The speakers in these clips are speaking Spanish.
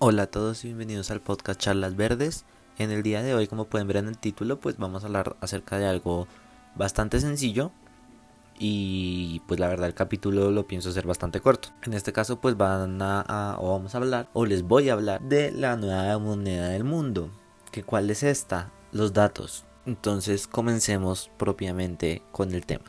Hola a todos y bienvenidos al podcast Charlas Verdes. En el día de hoy, como pueden ver en el título, pues vamos a hablar acerca de algo bastante sencillo y pues la verdad el capítulo lo pienso hacer bastante corto. En este caso pues vamos a hablar o les voy a hablar de la nueva moneda del mundo. ¿Cuál es esta? Los datos. Entonces comencemos propiamente con el tema.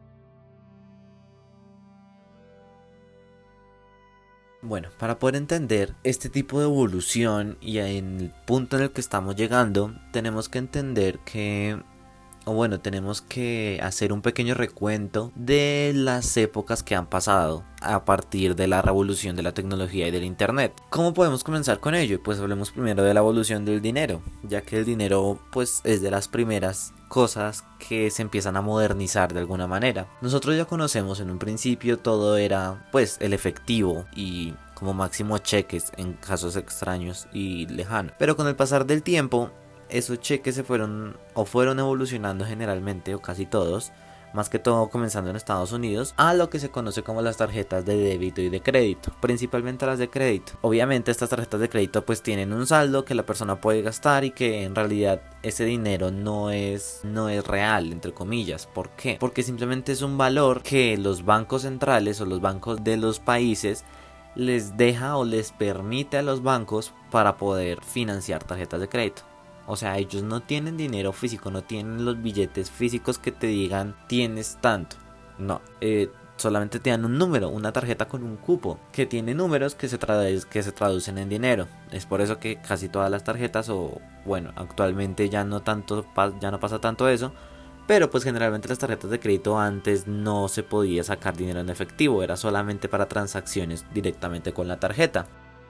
Bueno, para poder entender este tipo de evolución y en el punto en el que estamos llegando, tenemos que entender tenemos que hacer un pequeño recuento de las épocas que han pasado a partir de la revolución de la tecnología y del internet. ¿Cómo podemos comenzar con ello? Pues hablemos primero de la evolución del dinero, ya que el dinero pues es de las primeras cosas que se empiezan a modernizar de alguna manera. Nosotros ya conocemos en un principio todo era pues el efectivo y como máximo cheques en casos extraños y lejanos. Pero con el pasar del tiempo esos cheques fueron evolucionando generalmente, o casi todos, más que todo comenzando en Estados Unidos, a lo que se conoce como las tarjetas de débito y de crédito, principalmente las de crédito. Obviamente estas tarjetas de crédito pues tienen un saldo que la persona puede gastar y que en realidad ese dinero no es real, entre comillas. ¿Por qué? Porque simplemente es un valor que los bancos centrales o los bancos de los países les deja o les permite a los bancos para poder financiar tarjetas de crédito. O sea, ellos no tienen dinero físico, no tienen los billetes físicos que te digan tienes tanto. No, solamente te dan un número, una tarjeta con un cupo que tiene números que se traducen en dinero. Es por eso que casi todas las tarjetas, actualmente ya no pasa tanto eso. Pero pues generalmente las tarjetas de crédito antes no se podía sacar dinero en efectivo, era solamente para transacciones directamente con la tarjeta.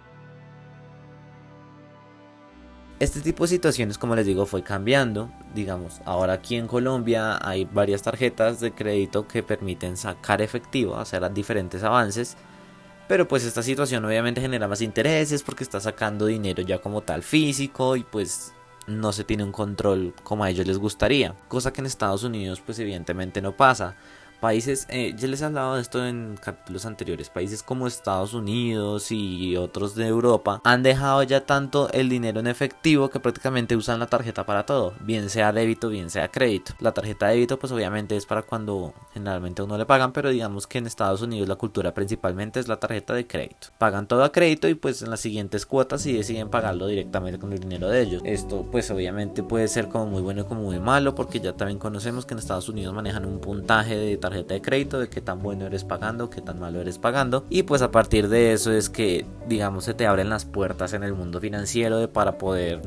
Este tipo de situaciones, como les digo, fue cambiando. Digamos, ahora aquí en Colombia hay varias tarjetas de crédito que permiten sacar efectivo, hacer diferentes avances. Pero pues esta situación obviamente genera más intereses porque está sacando dinero ya como tal físico y pues no se tiene un control como a ellos les gustaría. Cosa que en Estados Unidos pues evidentemente no pasa. Países, ya les he hablado de esto en capítulos anteriores, países como Estados Unidos y otros de Europa han dejado ya tanto el dinero en efectivo que prácticamente usan la tarjeta para todo, bien sea débito, bien sea crédito. La tarjeta de débito pues obviamente es para cuando generalmente a uno le pagan, pero digamos que en Estados Unidos la cultura principalmente es la tarjeta de crédito. Pagan todo a crédito y pues en las siguientes cuotas sí deciden pagarlo directamente con el dinero de ellos. Esto pues obviamente puede ser como muy bueno y como muy malo porque ya también conocemos que en Estados Unidos manejan un puntaje de tarjeta de crédito, de qué tan bueno eres pagando, qué tan malo eres pagando, y pues a partir de eso es que digamos se te abren las puertas en el mundo financiero para poder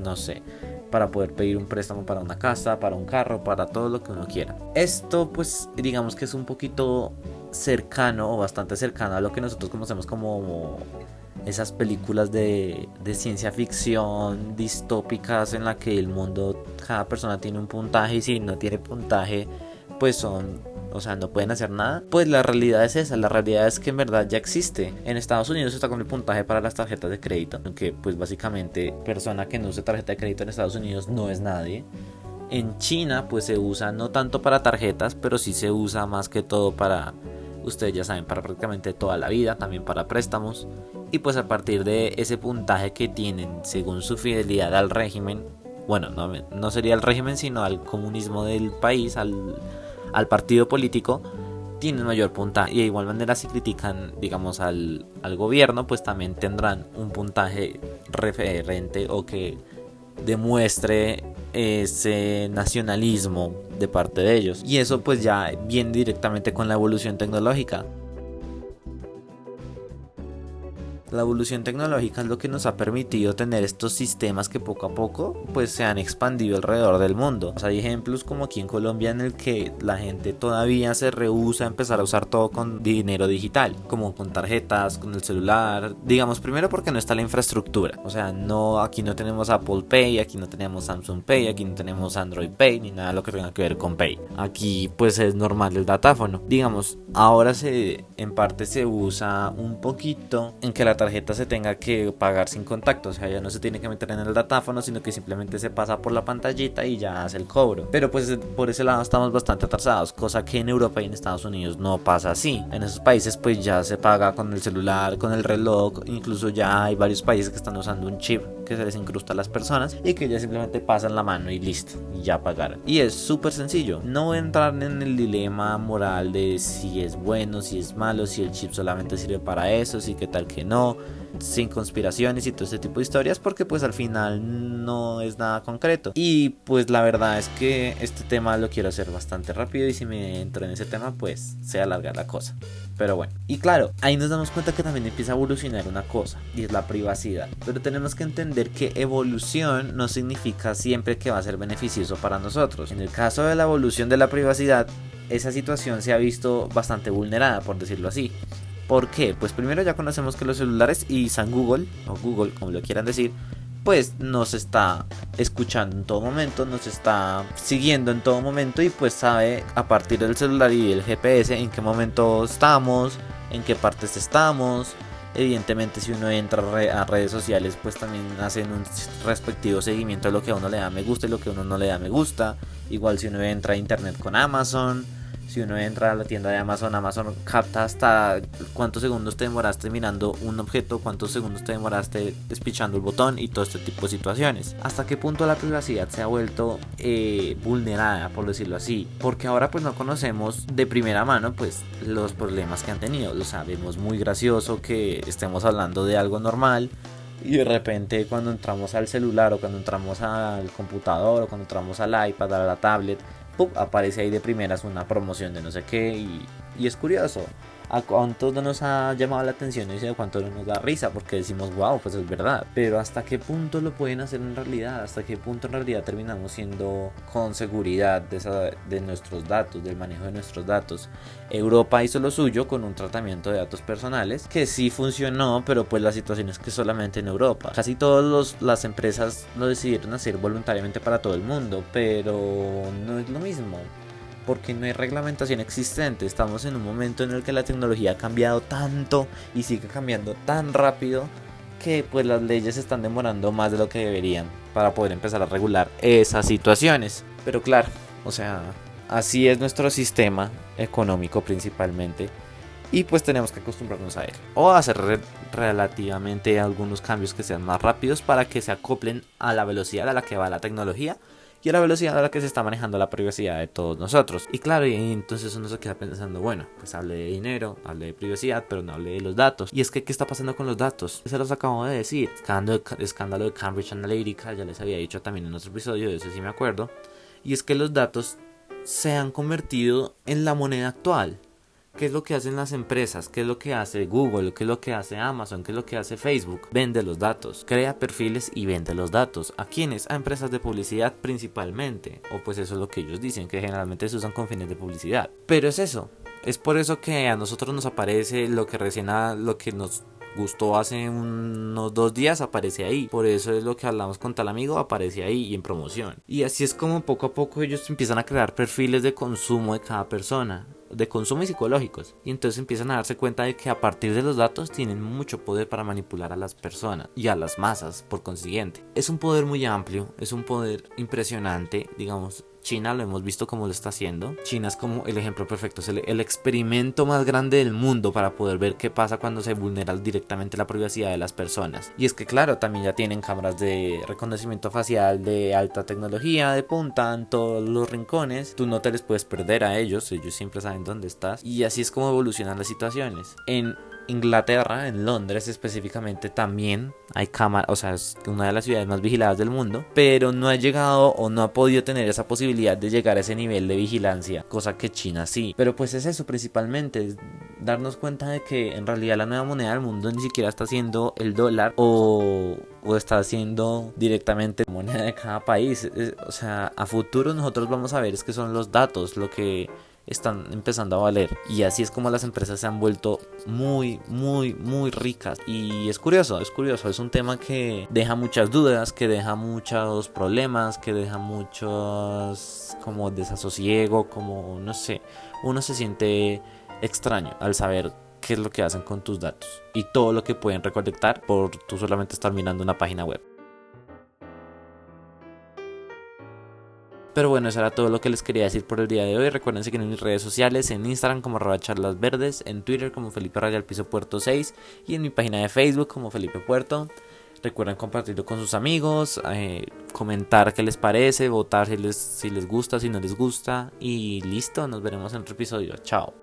pedir un préstamo para una casa, para un carro, para todo lo que uno quiera. Esto pues digamos que es un poquito cercano o bastante cercano a lo que nosotros conocemos como esas películas de ciencia ficción distópicas en la que el mundo, cada persona tiene un puntaje y si no tiene puntaje pues no pueden hacer nada. Pues la realidad es esa, la realidad es que en verdad ya existe. En Estados Unidos está con el puntaje para las tarjetas de crédito, aunque pues básicamente persona que no use tarjeta de crédito en Estados Unidos no es nadie. En China pues se usa no tanto para tarjetas, pero sí se usa más que todo para, ustedes ya saben, para prácticamente toda la vida, también para préstamos. Y pues a partir de ese puntaje que tienen según su fidelidad al régimen, no sería el régimen sino al comunismo del país, al partido político, tienen mayor puntaje. Y de igual manera si critican digamos al gobierno pues también tendrán un puntaje referente o que demuestre ese nacionalismo de parte de ellos. Y eso pues ya viene directamente con la evolución tecnológica. La evolución tecnológica es lo que nos ha permitido tener estos sistemas que poco a poco pues se han expandido alrededor del mundo. Hay ejemplos como aquí en Colombia en el que la gente todavía se rehúsa a empezar a usar todo con dinero digital, como con tarjetas, con el celular. Digamos primero porque no está la infraestructura. Aquí no tenemos Apple Pay, aquí no tenemos Samsung Pay, aquí no tenemos Android Pay ni nada de lo que tenga que ver con Pay. Aquí pues es normal el datáfono. Digamos, ahora en parte se usa un poquito en que la tarjeta se tenga que pagar sin contacto, o sea, ya no se tiene que meter en el datáfono, sino que simplemente se pasa por la pantallita y ya hace el cobro. Pero pues por ese lado estamos bastante atrasados, cosa que en Europa y en Estados Unidos no pasa así. En esos países pues ya se paga con el celular, con el reloj, incluso ya hay varios países que están usando un chip que se les incrusta a las personas y que ya simplemente pasan la mano y listo, y ya pagaron. Y es súper sencillo, no voy a entrar en el dilema moral de si es bueno, si es malo, si el chip solamente sirve para eso, si qué tal que no, sin conspiraciones y todo este tipo de historias, porque pues al final no es nada concreto. Y pues la verdad es que este tema lo quiero hacer bastante rápido, y si me entro en ese tema pues se alarga la cosa. Pero bueno, y claro, ahí nos damos cuenta que también empieza a evolucionar una cosa, y es la privacidad. Pero tenemos que entender que evolución no significa siempre que va a ser beneficioso para nosotros. En el caso de la evolución de la privacidad, esa situación se ha visto bastante vulnerada, por decirlo así. ¿Por qué? Pues primero ya conocemos que los celulares y San Google, o Google como lo quieran decir, pues nos está escuchando en todo momento, nos está siguiendo en todo momento, y pues sabe a partir del celular y del GPS en qué momento estamos, en qué partes estamos. Evidentemente si uno entra a redes sociales pues también hacen un respectivo seguimiento de lo que a uno le da me gusta y lo que a uno no le da me gusta. Igual si uno entra a internet con Amazon, si uno entra a la tienda de Amazon, Amazon capta hasta cuántos segundos te demoraste mirando un objeto, cuántos segundos te demoraste despichando el botón y todo este tipo de situaciones. ¿Hasta qué punto la privacidad se ha vuelto vulnerada, por decirlo así? Porque ahora pues no conocemos de primera mano pues los problemas que han tenido. Lo sabemos muy gracioso que estemos hablando de algo normal y de repente cuando entramos al celular o cuando entramos al computador o cuando entramos al iPad, a la tablet, ¡pum!, aparece ahí de primeras una promoción de no sé qué, y es curioso. A cuántos no nos ha llamado la atención y a cuántos no nos da risa porque decimos wow, pues es verdad. Pero hasta qué punto lo pueden hacer en realidad, hasta qué punto en realidad terminamos siendo con seguridad de nuestros datos, del manejo de nuestros datos. Europa hizo lo suyo con un tratamiento de datos personales que sí funcionó, pero pues la situación es que solamente en Europa. Casi todas las empresas lo decidieron hacer voluntariamente para todo el mundo, pero no es lo mismo, porque no hay reglamentación existente. Estamos en un momento en el que la tecnología ha cambiado tanto y sigue cambiando tan rápido que pues las leyes están demorando más de lo que deberían para poder empezar a regular esas situaciones. Pero claro, o sea, así es nuestro sistema económico principalmente, y pues tenemos que acostumbrarnos a él o hacer relativamente algunos cambios que sean más rápidos para que se acoplen a la velocidad a la que va la tecnología y a la velocidad a la que se está manejando la privacidad de todos nosotros. Y claro, y entonces uno se queda pensando, bueno, pues hablé de dinero, hablé de privacidad, pero no hablé de los datos. Y es que, ¿qué está pasando con los datos? Se los acabo de decir. Escándalo de Cambridge Analytica, ya les había dicho también en otro episodio, de eso sí me acuerdo. Y es que los datos se han convertido en la moneda actual. ¿Qué es lo que hacen las empresas? ¿Qué es lo que hace Google? ¿Qué es lo que hace Amazon? ¿Qué es lo que hace Facebook? Vende los datos, crea perfiles y vende los datos. ¿A quiénes? A empresas de publicidad principalmente. O pues eso es lo que ellos dicen, que generalmente se usan con fines de publicidad. Pero es eso. Es por eso que a nosotros nos aparece lo que nos gustó hace unos 2 días, aparece ahí. Por eso es lo que hablamos con tal amigo, aparece ahí y en promoción. Y así es como poco a poco ellos empiezan a crear perfiles de consumo de cada persona, de consumo y psicológicos, y entonces empiezan a darse cuenta de que a partir de los datos tienen mucho poder para manipular a las personas y a las masas por consiguiente. Es un poder muy amplio, es un poder impresionante, digamos. China lo hemos visto cómo lo está haciendo. China es como el ejemplo perfecto, es el experimento más grande del mundo para poder ver qué pasa cuando se vulnera directamente la privacidad de las personas. Y es que claro, también ya tienen cámaras de reconocimiento facial de alta tecnología, de punta, en todos los rincones. Tú no te les puedes perder a ellos siempre saben dónde estás. Y así es como evolucionan las situaciones. En Inglaterra, en Londres específicamente, también hay cámaras, o sea, es una de las ciudades más vigiladas del mundo, pero no ha llegado o no ha podido tener esa posibilidad de llegar a ese nivel de vigilancia, cosa que China sí. Pero pues es eso principalmente, es darnos cuenta de que en realidad la nueva moneda del mundo ni siquiera está siendo el dólar o está siendo directamente moneda de cada país. O sea, a futuro nosotros vamos a ver es que son los datos lo que están empezando a valer, y así es como las empresas se han vuelto muy ricas. Y es curioso, es un tema que deja muchas dudas, que deja muchos problemas, que deja muchos como desasosiego, como no sé, uno se siente extraño al saber qué es lo que hacen con tus datos y todo lo que pueden recolectar por tú solamente estar mirando una página web. Pero bueno, eso era todo lo que les quería decir por el día de hoy. Recuerden seguirme en mis redes sociales, en Instagram como @charlasverdes, en Twitter como Felipe Rayal Piso Puerto 6 y en mi página de Facebook como Felipe Puerto. Recuerden compartirlo con sus amigos, comentar qué les parece, votar si les gusta, si no les gusta. Y listo, nos veremos en otro episodio. Chao.